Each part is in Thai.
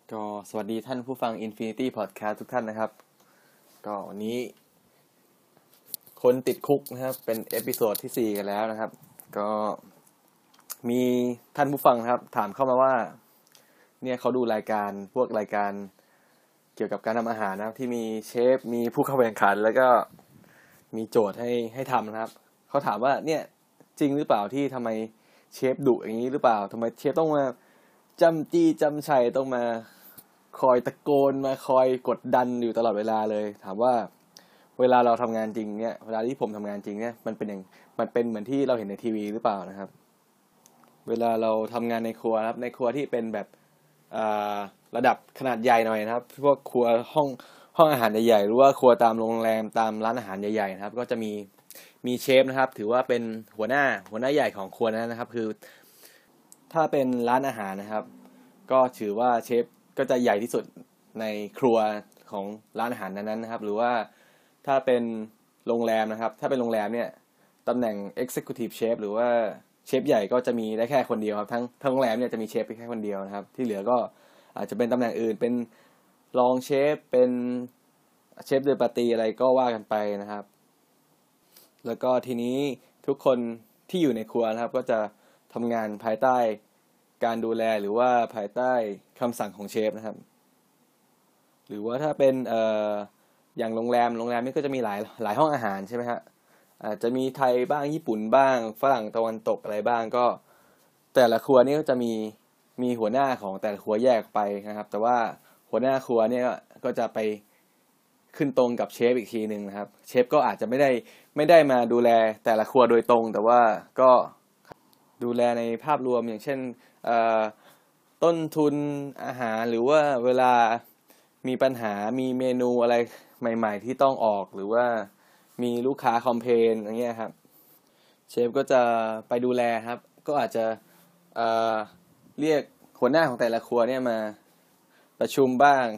ก็สวัสดีท่านผู้ฟัง Infinity Podcast ทุกท่านนะครับก็วันนี้คนติดคุกนะครับเป็นเอพิโซดที่4กันแล้วนะครับก็มีท่านผู้ฟังครับถามเข้ามาว่าเนี่ยเขาดูรายการเกี่ยวกับการทำอาหารนะครับที่มีเชฟมีผู้เข้าแข่งขันแล้วก็มีโจทย์ให้ทำนะครับเขาถามว่าเนี่ยจริงหรือเปล่าที่ทำไมเชฟดุอย่างนี้หรือเปล่าทำไมเชฟต้องมาจำจี้จำชัยต้องมาคอยตะโกนมาคอยกดดันอยู่ตลอดเวลาเลยถามว่าเวลาเราทำงานจริงเนี่ยเวลาที่ผมทำงานจริงเนี่ยมันเป็นเหมือนที่เราเห็นในทีวีหรือเปล่านะครับเวลาเราทำงานในครัวครับในครัวที่เป็นแบบระดับขนาดใหญ่หน่อยนะครับพวกครัวห้องอาหารใหญ่ๆหรือว่าครัวตามโรงแรมตามร้านอาหารใหญ่ๆนะครับก็จะมีเชฟนะครับถือว่าเป็นหัวหน้าใหญ่ของครัวนั้นนะครับคือถ้าเป็นร้านอาหารนะครับก็ถือว่าเชฟก็จะใหญ่ที่สุดในครัวของร้านอาหารนั้นๆนะครับหรือว่าถ้าเป็นโรงแรมนะครับถ้าเป็นโรงแรมเนี่ยตำแหน่ง Executive Chef หรือว่าเชฟใหญ่ก็จะมีได้แค่คนเดียวครับทั้งโรงแรมเนี่ยจะมีเชฟแค่คนเดียวนะครับที่เหลือก็อาจจะเป็นตำแหน่งอื่นเป็นรองเชฟเป็นเชฟเดอปาร์ตี้อะไรก็ว่ากันไปนะครับแล้วก็ทีนี้ทุกคนที่อยู่ในครัวนะครับก็จะทำงานภายใต้การดูแลหรือว่าภายใต้คำสั่งของเชฟนะครับหรือว่าถ้าเป็นอย่างโรงแรมนี่ก็จะมีหลายห้องอาหารใช่ไหมฮะอาจจะมีไทยบ้างญี่ปุ่นบ้างฝรั่งตะวันตกอะไรบ้างก็แต่ละครัวนี่ก็จะมีหัวหน้าของแต่ละครัวแยกไปนะครับแต่ว่าหัวหน้าครัวเนี่ยก็จะไปขึ้นตรงกับเชฟอีกทีหนึ่งนะครับเชฟก็อาจจะไม่ได้มาดูแลแต่ละครัวโดยตรงแต่ว่าก็ดูแลในภาพรวมอย่างเช่นต้นทุนอาหารหรือว่าเวลามีปัญหามีเมนูอะไรใหม่ๆที่ต้องออกหรือว่ามีลูกค้าคอมเพลนอย่างเงี้ยครับเชฟก็จะไปดูแลครับก็อาจจะเอ่อเรียกหัวหน้าของแต่ละครัวเนี่ยมาประชุมบ้าง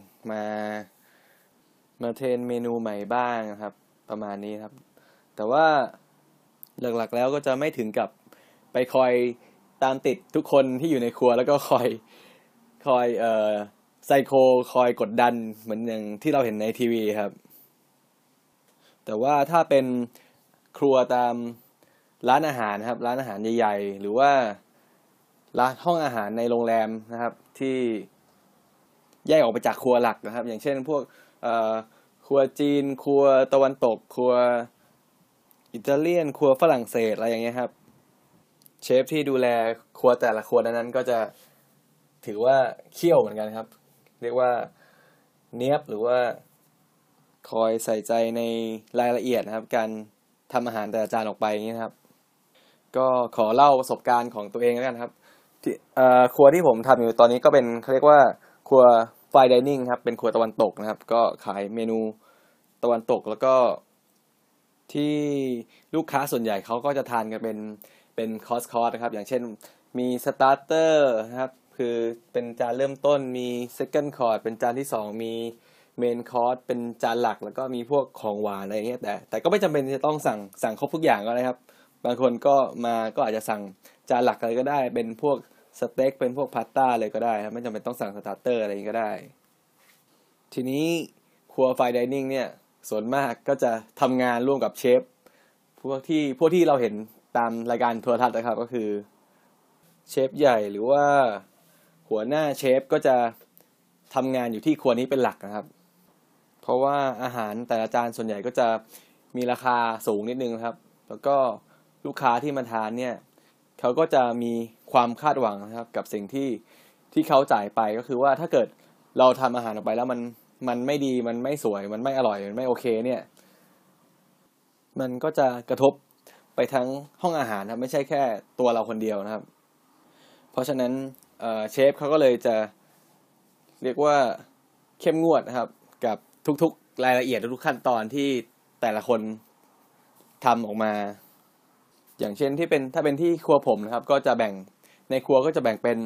มาเทรนเมนูใหม่บ้างครับประมาณนี้ครับแต่ว่าหลักๆแล้วก็จะไม่ถึงกับไปคอยตามติดทุกคนที่อยู่ในครัวแล้วก็คอยไซโคคอยกดดันเหมือนอย่างที่เราเห็นในทีวีครับแต่ว่าถ้าเป็นครัวตามร้านอาหารครับร้านอาหารใหญ่ๆหรือว่าร้านห้องอาหารในโรงแรมนะครับที่แยกออกไปจากครัวหลักนะครับอย่างเช่นพวกครัวจีนครัวตะวันตกครัวอิตาเลียนครัวฝรั่งเศสอะไรอย่างเงี้ยครับเชฟที่ดูแลครัวแต่ละครัวนั้นก็จะถือว่าเขี้ยวเหมือนกันครับเรียกว่าเนียบหรือว่าคอยใส่ใจในรายละเอียดนะครับการทำอาหารแต่ละจานออกไปอย่างนี้นะครับก็ขอเล่าประสบการณ์ของตัวเองแล้วกันครับที่ครัวที่ผมทำอยู่ตอนนี้ก็เป็นเขาเรียกว่าครัวไฟน์ไดนิ่งครับเป็นครัวตะวันตกนะครับก็ขายเมนูตะวันตกแล้วก็ที่ลูกค้าส่วนใหญ่เขาก็จะทานกันเป็นคอร์สนะครับอย่างเช่นมีสตาร์เตอร์นะครับคือเป็นจานเริ่มต้นมีเซคันด์คอร์สเป็นจานที่2มีเมนคอร์สเป็นจานหลักแล้วก็มีพวกของหวานอะไรเงี้ยแต่ก็ไม่จำเป็นจะต้องสั่งครบทุกอย่างก็ได้ครับบางคนก็อาจจะสั่งจานหลักอะไรก็ได้เป็นพวกสเต็กเป็นพวกพาสต้าเลยก็ได้ครับไม่จำเป็นต้องสั่งสตาร์เตอร์อะไรก็ได้ทีนี้ครัวไฟน์ไดนิ่งเนี่ยส่วนมากก็จะทำงานร่วมกับเชฟพวกที่เราเห็นตามรายการโทรทัศน์นะครับก็คือเชฟใหญ่หรือว่าหัวหน้าเชฟก็จะทำงานอยู่ที่ครัวนี้เป็นหลักนะครับเพราะว่าอาหารแต่ละจานส่วนใหญ่ก็จะมีราคาสูงนิดนึงครับแล้วก็ลูกค้าที่มาทานเนี่ยเขาก็จะมีความคาดหวังนะครับกับสิ่งที่เขาจ่ายไปก็คือว่าถ้าเกิดเราทำอาหารออกไปแล้วมันไม่ดีมันไม่สวยมันไม่อร่อยมันไม่โอเคเนี่ยมันก็จะกระทบไปทั้งห้องอาหารครับไม่ใช่แค่ตัวเราคนเดียวนะครับเพราะฉะนั้นเชฟเขาก็เลยจะเรียกว่าเข้มงวดนะครับกับทุกๆรายละเอียดทุกขั้นตอนที่แต่ละคนทำออกมาอย่างเช่นถ้าเป็นที่ครัวผมนะครับก็จะแบ่งในครัวก็จะแบ่งเป็น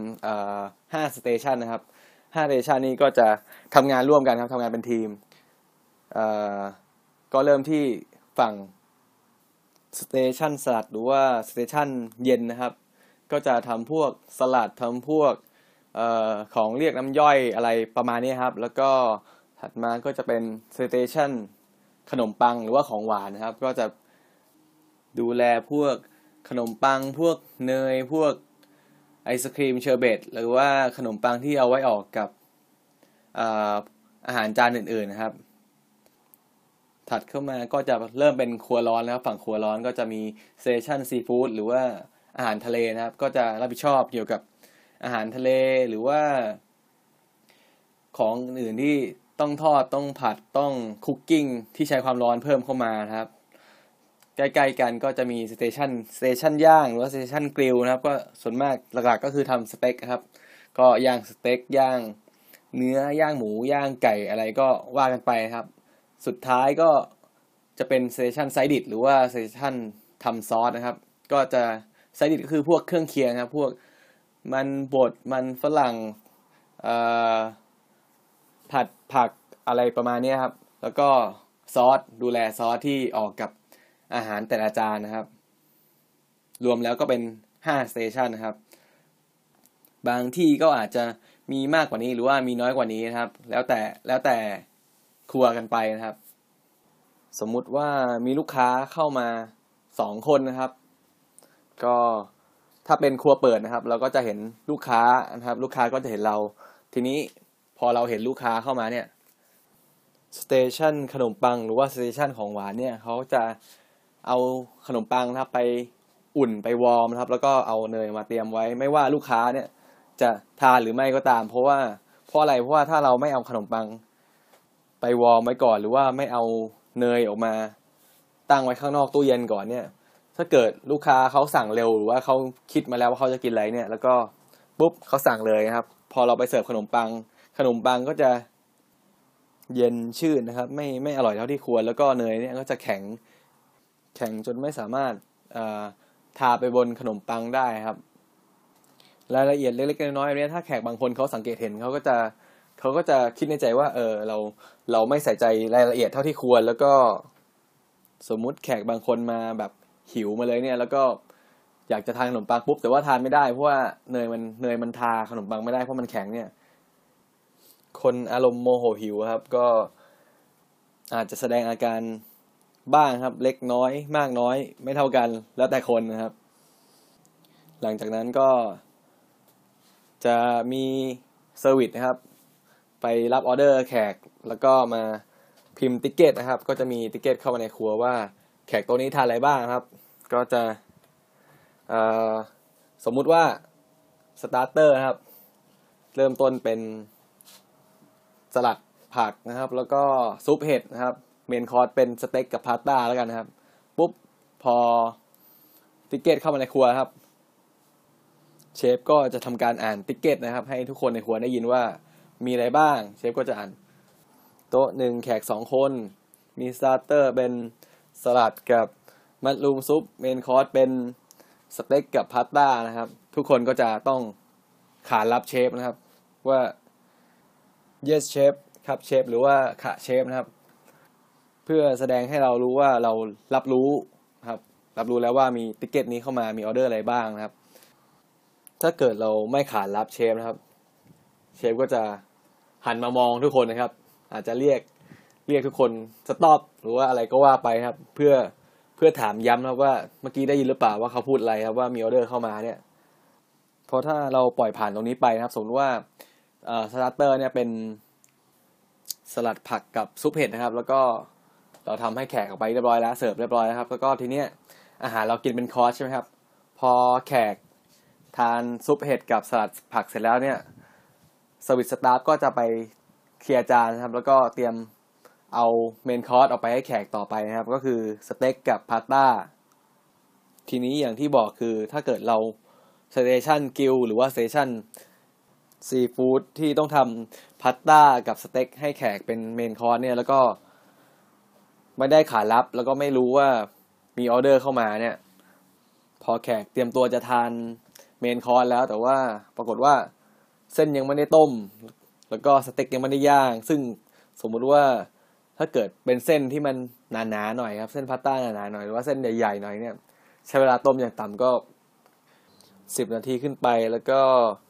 5สเตชันนะครับ5สเตชันนี้ก็จะทำงานร่วมกันครับทำงานเป็นทีมเอ่อก็เริ่มที่ฝั่งสเตชันสลัดหรือว่าสเตชันเย็นนะครับก็จะทำพวกสลัดทำพวกของเรียกน้ำย่อยอะไรประมาณนี้ครับแล้วก็ถัดมาก็จะเป็นสเตชันขนมปังหรือว่าของหวานนะครับก็จะดูแลพวกขนมปังพวกเนยพวกไอศครีมเชอร์เบตหรือว่าขนมปังที่เอาไว้ออกกับอาหารจานอื่นๆนะครับถัดเข้ามาก็จะเริ่มเป็นครัวร้อนแล้วฝั่งครัวร้อนก็จะมีสเตชันซีฟู้ดหรือว่าอาหารทะเลนะครับก็จะรับผิดชอบเกี่ยวกับอาหารทะเลหรือว่าของอื่นที่ต้องทอดต้องผัดต้องคุกกิ้งที่ใช้ความร้อนเพิ่มเข้ามานะครับใกล้ๆกันก็จะมีสเตชันย่างหรือว่าสเตชันกริลนะครับก็ส่วนมากหลักๆก็คือทำสเต็กครับก็ย่างสเต็กย่างเนื้อย่างหมูย่างไก่อะไรก็ว่ากันไปครับสุดท้ายก็จะเป็นสเตชันไซดิชหรือว่าสเตชันทำซอสนะครับก็จะไซดิชก็คือพวกเครื่องเคียงครับพวกมันบดมันฝรั่งผัดผักอะไรประมาณนี้ครับแล้วก็ซอสดูแลซอสที่ออกกับอาหารแต่ละจานนะครับรวมแล้วก็เป็น5สเตชันนะครับบางที่ก็อาจจะมีมากกว่านี้หรือว่ามีน้อยกว่านี้นะครับแล้วแต่ครัวกันไปนะครับสมมุติว่ามีลูกค้าเข้ามา2คนนะครับก็ถ้าเป็นครัวเปิดนะครับเราก็จะเห็นลูกค้านะครับลูกค้าก็จะเห็นเราทีนี้พอเราเห็นลูกค้าเข้ามาเนี่ยสเตชันขนมปังหรือว่าสเตชันของหวานเนี่ยเขาจะเอาขนมปังนะครับไปอุ่นไปวอร์มนะครับแล้วก็เอาเนยมาเตรียมไว้ไม่ว่าลูกค้าเนี่ยจะทานหรือไม่ก็ตามเพราะอะไรเพราะว่าถ้าเราไม่เอาขนมปังไปวอร์มไว้ก่อนหรือว่าไม่เอาเนยออกมาตั้งไว้ข้างนอกตู้เย็นก่อนเนี่ยถ้าเกิดลูกค้าเขาสั่งเร็วหรือว่าเขาคิดมาแล้วว่าเขาจะกินอะไรเนี่ยแล้วก็ปุ๊บเขาสั่งเลยนะครับพอเราไปเสิร์ฟขนมปังก็จะเย็นชื่นนะครับไม่อร่อยเท่าที่ควรแล้วก็เนยเนี่ยก็จะแข็งจนไม่สามารถทาไปบนขนมปังได้ครับรายละเอียดเล็กๆน้อยๆเนี่ยถ้าแขกบางคนเขาสังเกตเห็นเขาก็จะคิดในใจว่าเราไม่ใส่ใจรายละเอียดเท่าที่ควรแล้วก็สมมุติแขกบางคนมาแบบหิวมาเลยเนี่ยแล้วก็อยากจะทานขนมปังปุ๊บแต่ว่าทานไม่ได้เพราะว่าเนยมันทาขนมปังไม่ได้เพราะมันแข็งเนี่ยคนอารมณ์โมโหหิวครับก็อาจจะแสดงอาการบ้างครับเล็กน้อยมากน้อยไม่เท่ากันแล้วแต่คนนะครับหลังจากนั้นก็จะมีเซอร์วิสนะครับไปรับออเดอร์แขกแล้วก็มาพิมพ์ติ๊กเก็ตนะครับก็จะมีติ๊กเก็ตเข้ามาในครัวว่าแขกตัวนี้ทานอะไรบ้างครับก็จะสมมุติว่าสตาร์เตอร์ครับเริ่มต้นเป็นสลัดผักนะครับแล้วก็ซุปเห็ดนะครับเมนคอร์สเป็นสเต็กกับพาสต้าแล้วกันนะครับปุ๊บพอติ๊กเก็ตเข้ามาในครัวครับเชฟก็จะทำการอ่านติ๊กเก็ตนะครับให้ทุกคนในครัวได้ยินว่ามีอะไรบ้างเชฟก็จะอ่านโต๊ะหนึ่งแขก2คนมีสตาร์เตอร์เป็นสลัดกับมัสลูมซุปเมนคอร์สเป็นสเต็กกับพาสต้านะครับทุกคนก็จะต้องขานรับเชฟนะครับว่า yes chef ครับเชฟหรือว่าค่ะเชฟนะครับเพื่อแสดงให้เรารู้ว่าเรารับรู้ครับรับรู้แล้วว่ามีติ๊กเก็ตนี้เข้ามามีออเดอร์อะไรบ้างนะครับถ้าเกิดเราไม่ขานรับเชฟนะครับเชฟก็จะหันมามองทุกคนนะครับอาจจะเรียกทุกคนสต็อปหรือว่าอะไรก็ว่าไปครับเพื่อถามย้ำครับว่าเมื่อกี้ได้ยินหรือเปล่าว่าเขาพูดอะไรครับว่ามีออเดอร์เข้ามาเนี่ยเพราะถ้าเราปล่อยผ่านตรงนี้ไปนะครับสมมติว่าสตาร์เตอร์เนี่ยเป็นสลัดผักกับซุปเห็ดนะครับแล้วก็เราทำให้แขกออกไปเรียบร้อยแล้วเสิร์ฟเรียบร้อยแล้วครับแล้วก็ทีเนี้ยอาหารเรากินเป็นคอร์สใช่ไหมครับพอแขกทานซุปเห็ดกับสลัดผักเสร็จแล้วเนี่ยเซอร์วิสสตาฟก็จะไปเคลียร์จานนะครับแล้วก็เตรียมเอาเมนคอร์สออกไปให้แขกต่อไปนะครับก็คือสเต็กกับพาสต้าทีนี้อย่างที่บอกคือถ้าเกิดเราสเตชันกิลหรือว่าสเตชันซีฟู้ดที่ต้องทำพาสต้ากับสเต็กให้แขกเป็นเมนคอร์สเนี่ยแล้วก็ไม่ได้ขานรับแล้วก็ไม่รู้ว่ามีออเดอร์เข้ามาเนี่ยพอแขกเตรียมตัวจะทานเมนคอร์สแล้วแต่ว่าปรากฏว่าเส้นยังไม่ได้ต้มแล้วก็สเต็กยังไม่ได้ย่างซึ่งสมมุติว่าถ้าเกิดเป็นเส้นที่มันหนาๆหน่อยครับเส้นพาสต้าหนาๆหน่อยหรือว่าเส้นใหญ่ๆหน่อยเนี่ยใช้เวลาต้มอย่างต่ำก็10 นาทีขึ้นไปแล้วก็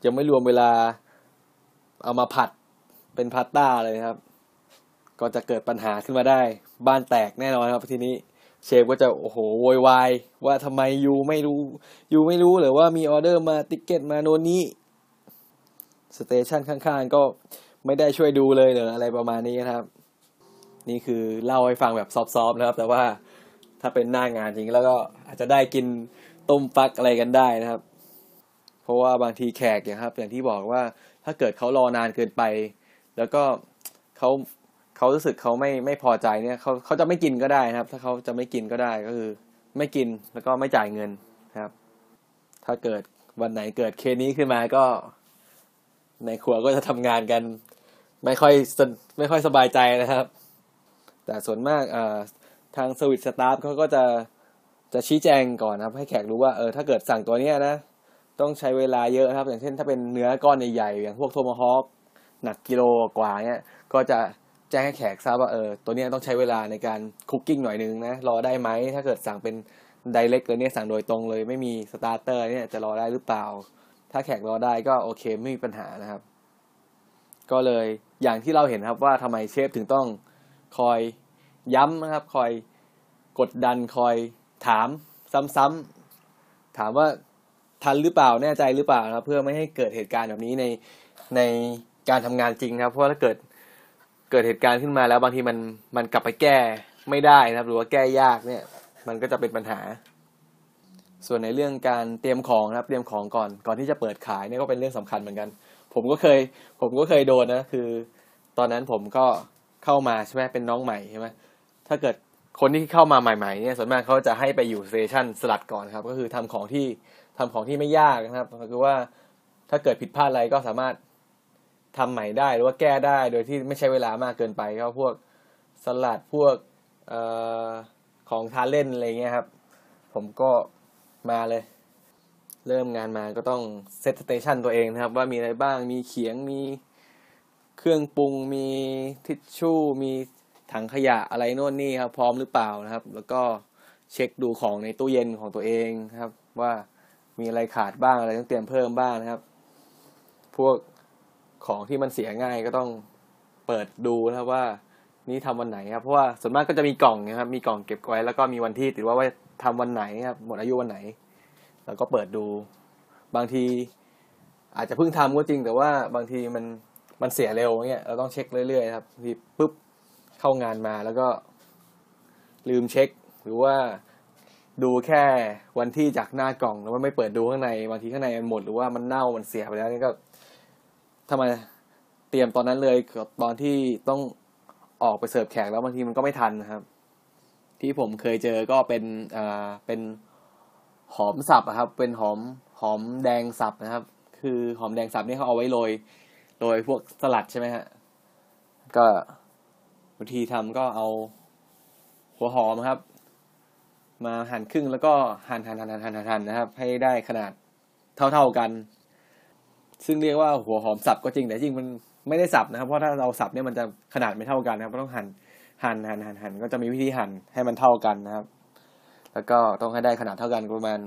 ยังไม่รวมเวลาเอามาผัดเป็นพาสต้าเลยครับก็จะเกิดปัญหาขึ้นมาได้บ้านแตกแน่นอนครับทีนี้เชฟก็จะโอ้โหโวยวายว่าทำไมยูไม่รู้หรือว่ามีออเดอร์มาติ๊กเก็ตมาโน่นนี้สเตชันข้างๆก็ไม่ได้ช่วยดูเลยหรืออะไรประมาณนี้นะครับนี่คือเล่าให้ฟังแบบซอฟๆนะครับแต่ว่าถ้าเป็นหน้างานจริงแล้วก็อาจจะได้กินต้มฟักอะไรกันได้นะครับเพราะว่าบางทีแขกอย่างที่บอกว่าถ้าเกิดเขารอนานเกินไปแล้วก็เขาเขารู้สึกเขาไม่พอใจเนี่ยเขาจะไม่กินก็ได้นะครับถ้าเขาจะไม่กินก็ได้ก็คือไม่กินแล้วก็ไม่จ่ายเงินนะครับถ้าเกิดวันไหนเกิดเคสนี้ขึ้นมาก็ในครัวก็จะทำงานกันไม่ค่อยสบายใจนะครับแต่ส่วนมากทางเซอร์วิสสตาฟเขาก็จะชี้แจงก่อนนะครับให้แขกรู้ว่าถ้าเกิดสั่งตัวเนี้ยนะต้องใช้เวลาเยอะนะครับอย่างเช่นถ้าเป็นเนื้อก้อนใหญ่ๆอย่างพวกโทมาฮอคหนักกิโลกว่าเนี่ยก็จะแจ้งให้แขกทราบว่าตัวนี้ต้องใช้เวลาในการคุกกิ้งหน่อยนึงนะรอได้ไหมถ้าเกิดสั่งเป็นไดเรกเลยเนี่ยสั่งโดยตรงเลยไม่มีสตาร์เตอร์เนี่ยจะรอได้หรือเปล่าถ้าแขกรอได้ก็โอเคไม่มีปัญหานะครับก็เลยอย่างที่เราเห็นครับว่าทำไมเชฟถึงต้องคอยย้ำนะครับคอยกดดันคอยถามซ้ำๆถามว่าทันหรือเปล่าแน่ใจหรือเปล่านะครับเพื่อไม่ให้เกิดเหตุการณ์แบบนี้ในการทำงานจริงครับเพราะว่าถ้าเกิดเหตุการณ์ขึ้นมาแล้วบางทีมันกลับไปแก้ไม่ได้นะครับหรือว่าแก้ยากเนี่ยมันก็จะเป็นปัญหาส่วนในเรื่องการเตรียมของนะครับเตรียมของก่อนที่จะเปิดขายเนี่ยก็เป็นเรื่องสำคัญเหมือนกันผมก็เคยโดนนะคือตอนนั้นผมก็เข้ามาใช่ไหมเป็นน้องใหม่ใช่ไหมถ้าเกิดคนที่เข้ามาใหม่ๆเนี่ยส่วนมากเขาจะให้ไปอยู่สเตชันสลัดก่อนครับก็คือทำของที่ไม่ยากนะครับก็คือว่าถ้าเกิดผิดพลาดอะไรก็สามารถทำใหม่ได้หรือว่าแก้ได้โดยที่ไม่ใช้เวลามากเกินไปก็พวกสลัดพวกเอ่อของทานเล่นอะไรเงี้ยครับผมก็มาเลยเริ่มงานมาก็ต้องเซตสเตชันตัวเองนะครับว่ามีอะไรบ้างมีเขียงมีเครื่องปรุงมีทิชชู่มีถังขยะอะไรโน่นนี่ครับพร้อมหรือเปล่านะครับแล้วก็เช็คดูของในตู้เย็นของตัวเองครับว่ามีอะไรขาดบ้างอะไรต้องเตรียมเพิ่มบ้างนะครับพวกของที่มันเสียง่ายก็ต้องเปิดดูนะครับว่านี่ทำวันไหนครับเพราะว่าส่วนมากก็จะมีกล่องนะครับมีกล่องเก็บไว้แล้วก็มีวันที่ติดว่าทำวันไหนครับหมดอายุวันไหนแล้วก็เปิดดูบางทีอาจจะเพิ่งทำก็จริงแต่ว่าบางทีมันเสียเร็วเงี้ยเราต้องเช็คเรื่อยๆครับทีปุ๊บเข้างานมาแล้วก็ลืมเช็คหรือว่าดูแค่วันที่จากหน้ากล่องแล้วมันไม่เปิดดูข้างในบางทีข้างในมันหมดหรือว่ามันเน่ามันเสียไปแล้วนี่ก็ทำไมเตรียมตอนนั้นเลยตอนที่ต้องออกไปเสิร์ฟแขกแล้วบางทีมันก็ไม่ทันนะครับที่ผมเคยเจอก็เป็นหอมสับครับเป็นหอมแดงสับนะครับคือหอมแดงสับนี่เขาเอาไว้โรยพวกสลัดใช่ไหมฮะก็วิธีทำก็เอาหัวหอมครับมาหั่นครึ่งแล้วก็หั่นนะครับให้ได้ขนาดเท่ากันซึ่งเรียกว่าหัวหอมสับก็จริงแต่จริงมันไม่ได้สับนะครับเพราะถ้าเราสับเนี่ยมันจะขนาดไม่เท่ากันนะครับต้องหั่นก็จะมีวิธีหั่นให้มันเท่ากันนะครับแล้วก็ต้องให้ได้ขนาดเท่ากันประมาณ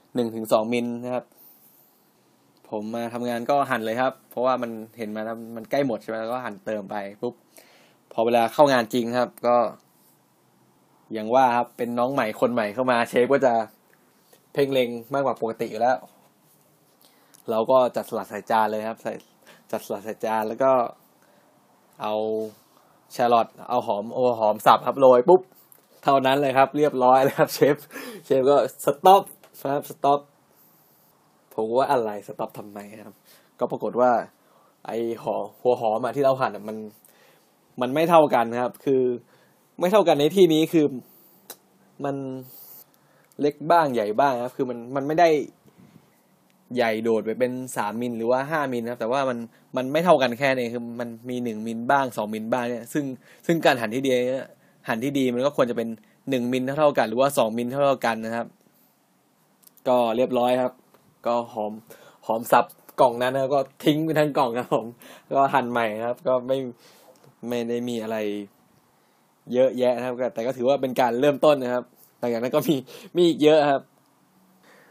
1-2 มิลนะครับผมมาทำงานก็หั่นเลยครับเพราะว่ามันเห็นมาแล้วมันใกล้หมดใช่ไหมแล้วก็หั่นเติมไปปุ๊บพอเวลาเข้างานจริงครับก็อย่างว่าครับเป็นน้องใหม่คนใหม่เข้ามาเชฟก็จะเพ่งเล็งมากกว่าปกติอยู่แล้วเราก็จัดสลัดใส่จานเลยครับจัดสลัดใส่จานแล้วก็เอาแครอทเอาหอมสับครับโรยปุ๊บเท่านั้นเลยครับเรียบร้อยเลยครับเชฟก็สต็อปครับสต็อปผมว่าอะไรสต็อปทำไมครับก็ปรากฏว่าไอหัวหอมที่เราหั่นมันไม่เท่ากันครับคือไม่เท่ากันในที่นี้คือมันเล็กบ้างใหญ่บ้างครับคือมันไม่ได้ใหญ่โดดไปเป็น3มิลหรือว่า5มิลนะครับแต่ว่ามันไม่เท่ากันแค่นี้คือมันมี1มิลบ้าง2มิลบ้างเนี่ยซึ่งการหั่นที่ดีมันก็ควรจะเป็น1มิลเท่ากันหรือว่า2มิลเท่ากันนะครับก็เรียบร้อยครับก็หอมสับกล่องนั้นแล้วก็ทิ้งไปทั้งกล่องครับผมก็หั่นใหม่ครับก็ไม่ได้มีอะไรเยอะแยะนะครับแต่ก็ถือว่าเป็นการเริ่มต้นนะครับหลังจากนั้นก็มีอีกเยอะครับ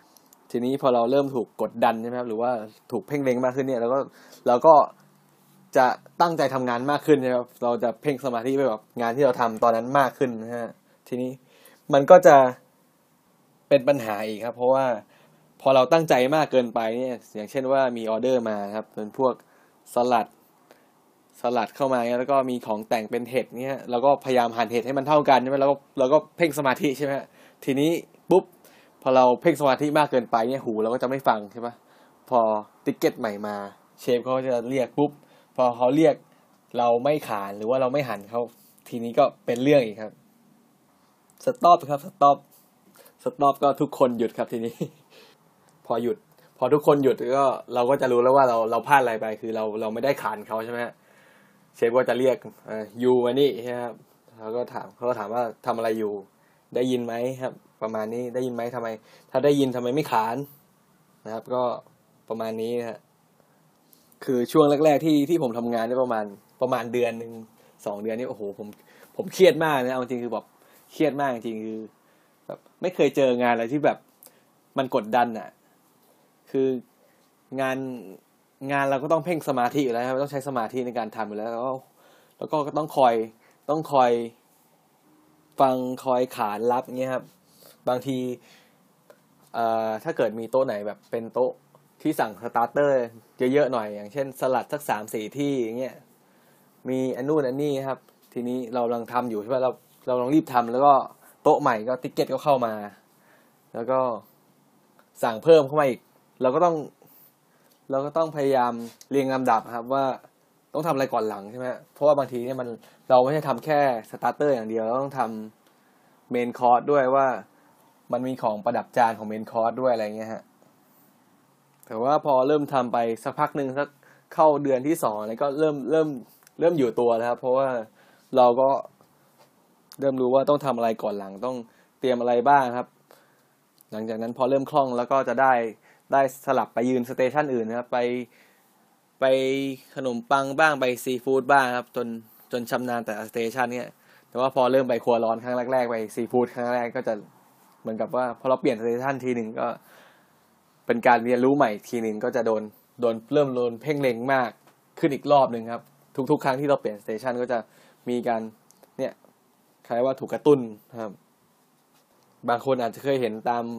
ทีนี้พอเราเริ่มถูกกดดันใช่ไหมครับหรือว่าถูกเพ่งเล็งมากขึ้นเนี่ยเราก็จะตั้งใจทำงานมากขึ้นนะครับเราจะเพ่งสมาธิไปกับงานที่เราทำตอนนั้นมากขึ้นนะฮะทีนี้มันก็จะเป็นปัญหาอีกครับเพราะว่าพอเราตั้งใจมากเกินไปเนี่ยอย่างเช่นว่ามีออเดอร์มาครับเป็นพวกสลัดเข้ามาเนี่ยแล้วก็มีของแต่งเป็นเห็ดเนี่ยเราก็พยายามหั่นเห็ดให้มันเท่ากันใช่ไหมเราก็เพ่งสมาธิใช่ไหมทีนี้ปุ๊บพอเราเพ่งสมาธิมากเกินไปเนี่ยหูเราก็จะไม่ฟังใช่ปะพอติ๊กเก็ตใหม่มาเชฟเขาจะเรียกปุ๊บพอเขาเรียกเราไม่ขานหรือว่าเราไม่หันเขาทีนี้ก็เป็นเรื่องอีกครับสต็อปครับสต็อปก็ทุกคนหยุดครับทีนี้พอหยุดพอทุกคนหยุดก็เราก็จะรู้แล้วว่าเราพลาดอะไรไปคือเราไม่ได้ขานเขาใช่ไหมเชฟก็จะเรียกยูมานี่ใช่ไหมครับเขาก็ถามว่าทำอะไรอยู่ได้ยินไหมครับประมาณนี้ได้ยินไหมทำไมถ้าได้ยินทำไมไม่ขานนะครับก็ประมาณนี้นะฮะคือช่วงแรกๆที่ผมทำงานได้ประมาณเดือนนึง2 เดือนนี่โอ้โหผมเครียดมากนะเอาจริงคือแบบเครียดมากจริงคือแบบไม่เคยเจองานอะไรที่แบบมันกดดันอ่ะคืองานเราก็ต้องเพ่งสมาธิอยู่แล้วครับต้องใช้สมาธิในการทำอยู่แล้วแล้วก็ต้องคอยฟังคอยขานรับเงี้ยครับบางทีถ้าเกิดมีโต๊ะไหนแบบเป็นโต๊ะที่สั่งสตาร์เตอร์เยอะๆหน่อยอย่างเช่นสลัดสัก3-4ที่อย่างเงี้ยมีอันนู่นอันนี้ครับทีนี้เรากำลังทำอยู่ใช่ไหมเราลองรีบทำแล้วก็โต๊ะใหม่ก็ติ๊กเก็ตก็เข้ามาแล้วก็สั่งเพิ่มเข้ามาอีกเราก็ต้องพยายามเรียงลำดับครับว่าต้องทำอะไรก่อนหลังใช่ไหมเพราะว่าบางทีเนี่ยเราไม่ใช่ทำแค่สตาร์เตอร์อย่างเดียวเราต้องทำเมนคอร์สด้วยว่ามันมีของประดับจานของเมนคอร์สด้วยอะไรเงี้ยฮะแต่ว่าพอเริ่มทำไปสักพักหนึ่งสักเข้าเดือนที่2แล้วก็เริ่มอยู่ตัวแล้วครับเพราะว่าเราก็เริ่มรู้ว่าต้องทำอะไรก่อนหลังต้องเตรียมอะไรบ้างครับหลังจากนั้นพอเริ่มคล่องแล้วก็จะได้สลับไปยืนสเตชันอื่นนะครับไปขนมปังบ้างไปซีฟู้ดบ้างครับจนชำนาญแต่สเตชันเนี่ยแต่ว่าพอเริ่มไปครัวร้อนครั้งแรกๆไปซีฟู้ดครั้งแรกก็จะเหมือนกับว่าพอเราเปลี่ยนสเตชันทีหนึ่งก็เป็นการเรียนรู้ใหม่ทีหนึ่งก็จะเริ่มโดนเพ่งเล็งมากขึ้นอีกรอบหนึ่งครับทุกๆครั้งที่เราเปลี่ยนสเตชันก็จะมีการเนี่ยคล้ายว่าถูกกระตุ้นครับบางคนอาจจะเคยเห็นตาม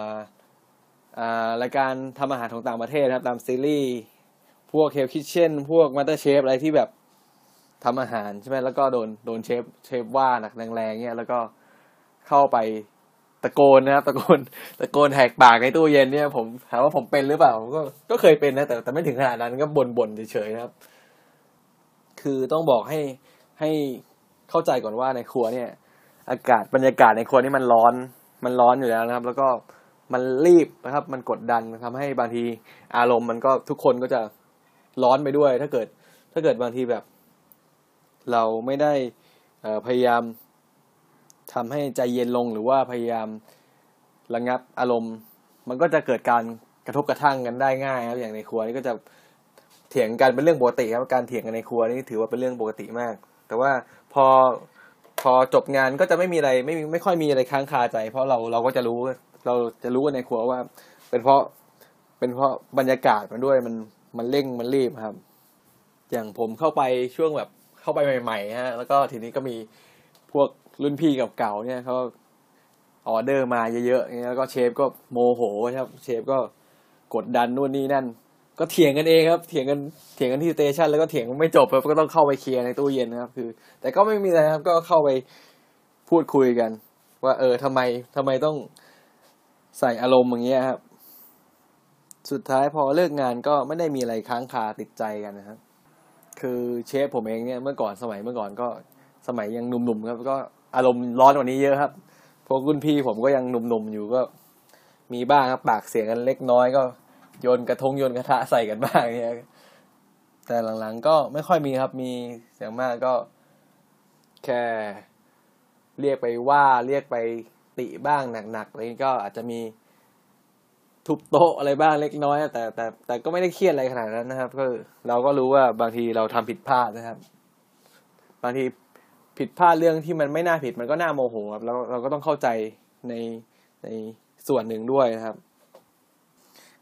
รายการทำอาหารของต่างประเทศครับตามซีรีส์พวก Hell's Kitchen พวก MasterChef อะไรที่แบบทำอาหารใช่ไหมแล้วก็โดนเชฟว่าหนักแรงๆเนี่ยแล้วก็เข้าไปตะโกนนะครับตะโกนแหกปากในตู้เย็นเนี่ยผมถามว่าผมเป็นหรือเปล่าก็เคยเป็นนะแต่ไม่ถึงขนาดนั้นก็บ่นเฉยๆนะครับคือต้องบอกให้เข้าใจก่อนว่าในครัวเนี่ยบรรยากาศในครัวนี่มันร้อนอยู่แล้วนะครับแล้วก็มันรีบนะครับมันกดดันทำให้บางทีอารมณ์มันก็ทุกคนก็จะร้อนไปด้วยถ้าเกิดบางทีแบบเราไม่ได้พยายามทำให้ใจเย็นลงหรือว่าพยายามระงับอารมณ์มันก็จะเกิดการกระทบกระทั่งกันได้ง่ายครับอย่างในครัวนี่ก็จะเถียงกันเป็นเรื่องปกติครับการเถียงกันในครัวนี่ถือว่าเป็นเรื่องปกติมากแต่ว่าพอจบงานก็จะไม่มีอะไรไม่ค่อยมีอะไรค้างคาใจเพราะเราก็จะรู้กันในครัวว่าเป็นเพราะบรรยากาศมันด้วยมันเร่งมันรีบครับอย่างผมเข้าไปช่วงแบบเข้าไปใหม่ๆฮะแล้วก็ทีนี้ก็มีพวกรุ่นพี่เก่าๆเนี่ยเขาออเดอร์มาเยอะๆเนี่ยแล้วก็เชฟก็โมโหครับเชฟก็กดดันนู่นนี่นั่นก็เถียงกันเองครับเถียงกันที่สเตชันแล้วก็เถียงไม่จบครับก็ต้องเข้าไปเคลียร์ในตู้เย็นนะครับคือแต่ก็ไม่มีอะไรครับก็เข้าไปพูดคุยกันว่าทำไมต้องใส่อารมณ์อย่างเงี้ยครับสุดท้ายพอเลิกงานก็ไม่ได้มีอะไรค้างคาติดใจกันนะครับคือเชฟผมเองเนี่ยสมัยเมื่อก่อนก็สมัยยังหนุ่มๆครับก็อารมณ์ร้อนกว่านี้เยอะครับพวกรุ่นพี่ผมก็ยังหนุ่มๆอยู่ก็มีบ้างครับปากเสียงกันเล็กน้อยก็โยนกระทะใส่กันบ้างเนี่ยแต่หลังๆก็ไม่ค่อยมีครับมีเสียงมากก็แค่เรียกไปติบ้างหนักๆอะไรก็อาจจะมีทุบโต๊ะอะไรบ้างเล็กน้อยแต่ก็ไม่ได้เครียดอะไรขนาดนั้นนะครับก็เราก็รู้ว่าบางทีเราทำผิดพลาดนะครับบางทีผิดพลาดเรื่องที่มันไม่น่าผิดมันก็น่าโมโหครับแล้วเราก็ต้องเข้าใจในในส่วนหนึ่งด้วยนะครับ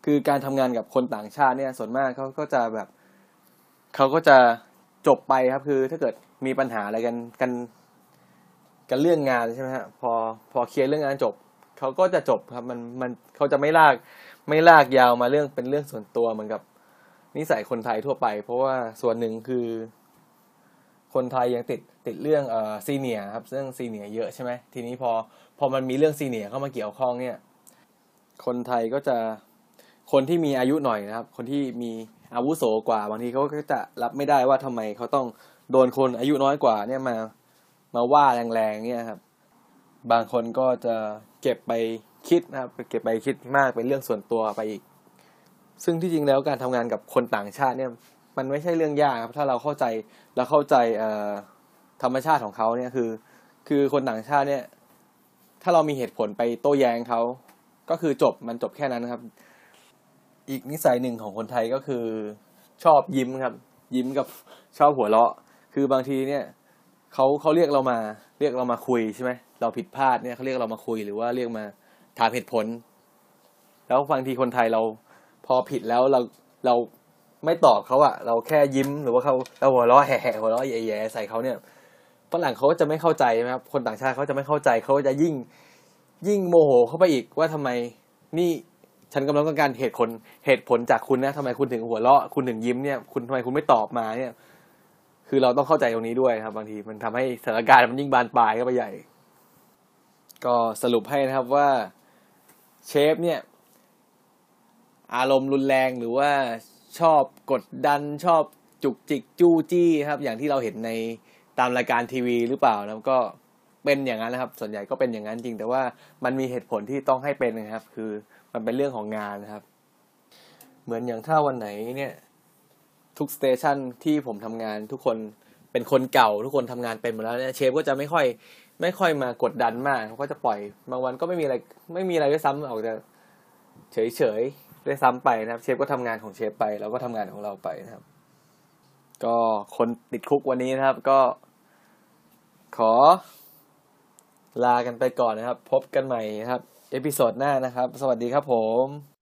คือการทำงานกับคนต่างชาติเนี่ยส่วนมากเขาก็จะจบไปครับคือถ้าเกิดมีปัญหาอะไรกันเรื่องงานใช่ไหมฮะพอเคลียร์เรื่องงานจบเขาก็จะจบครับมันเขาจะไม่ลากยาวมาเป็นเรื่องส่วนตัวเหมือนกับนิสัยคนไทยทั่วไปเพราะว่าส่วนหนึ่งคือคนไทยยังติดเรื่องซีเนียร์ครับเรื่องซีเนียร์เยอะใช่ไหมทีนี้พอมันมีเรื่องซีเนียร์เข้ามาเกี่ยวข้องเนี่ยคนไทยก็จะคนที่มีอายุหน่อยนะครับคนที่มีอาวุโสกว่าบางทีเขาก็จะรับไม่ได้ว่าทำไมเขาต้องโดนคนอายุน้อยกว่าเนี่ยมาว่าแรงๆเนี่ยครับบางคนก็จะเก็บไปคิดนะครับเก็บไปคิดมากเป็นเรื่องส่วนตัวไปอีกซึ่งที่จริงแล้วการทำงานกับคนต่างชาติเนี่ยมันไม่ใช่เรื่องยากครับถ้าเราเข้าใจธรรมชาติของเขาเนี่ยคือคนต่างชาติเนี่ยถ้าเรามีเหตุผลไปโต้แย้งเขาก็คือมันจบแค่นั้นครับอีกนิสัยหนึ่งของคนไทยก็คือชอบยิ้มครับยิ้มกับชอบหัวเราะคือบางทีเนี่ยเขาเรียกเรามาคุยใช่ไหมเราผิดพลาดเนี่ยเขาเรียกเรามาคุยหรือว่าเรียกมาถามเหตุผลแล้วบางทีคนไทยเราพอผิดแล้วเราไม่ตอบเขาอะเราแค่ยิ้มหรือว่าเราหัวเราะแห่หัวเราะแย่ๆใส่เขาเนี่ยฝรั่งเขาจะไม่เข้าใจนะครับคนต่างชาติเขาจะไม่เข้าใจเขาจะยิ่งโมโหเข้าไปอีกว่าทำไมนี่ฉันกำลังต้องการเหตุผลจากคุณนะทำไมคุณถึงหัวเราะคุณถึงยิ้มเนี่ยทำไมคุณไม่ตอบมาเนี่ยคือเราต้องเข้าใจตรงนี้ด้วยครับบางทีมันทำให้สถานการณ์มันยิ่งบานปลายเข้าไปใหญ่ก็สรุปให้นะครับว่าเชฟเนี่ยอารมณ์รุนแรงหรือว่าชอบกดดันชอบจุกจิกจู้จี้ครับอย่างที่เราเห็นในตามรายการทีวีหรือเปล่าแล้วก็เป็นอย่างนั้นนะครับส่วนใหญ่ก็เป็นอย่างนั้นจริงแต่ว่ามันมีเหตุผลที่ต้องให้เป็นนะครับคือมันเป็นเรื่องของงานนะครับเหมือนอย่างถ้าวันไหนเนี่ยทุกสเตชันที่ผมทำงานทุกคนเป็นคนเก่าทุกคนทำงานเป็นหมดแล้วเนี่ยเชฟก็จะไม่ค่อยมากดดันมากเขาก็จะปล่อยบางวันก็ไม่มีอะไรด้วยซ้ำออกจะเฉยด้วยซ้ำไปนะครับเชฟก็ทำงานของเชฟไปเราก็ทำงานของเราไปนะครับก็คนติดคุกวันนี้นะครับก็ขอลากันไปก่อนนะครับพบกันใหม่นะครับเอพิโซดหน้านะครับสวัสดีครับผม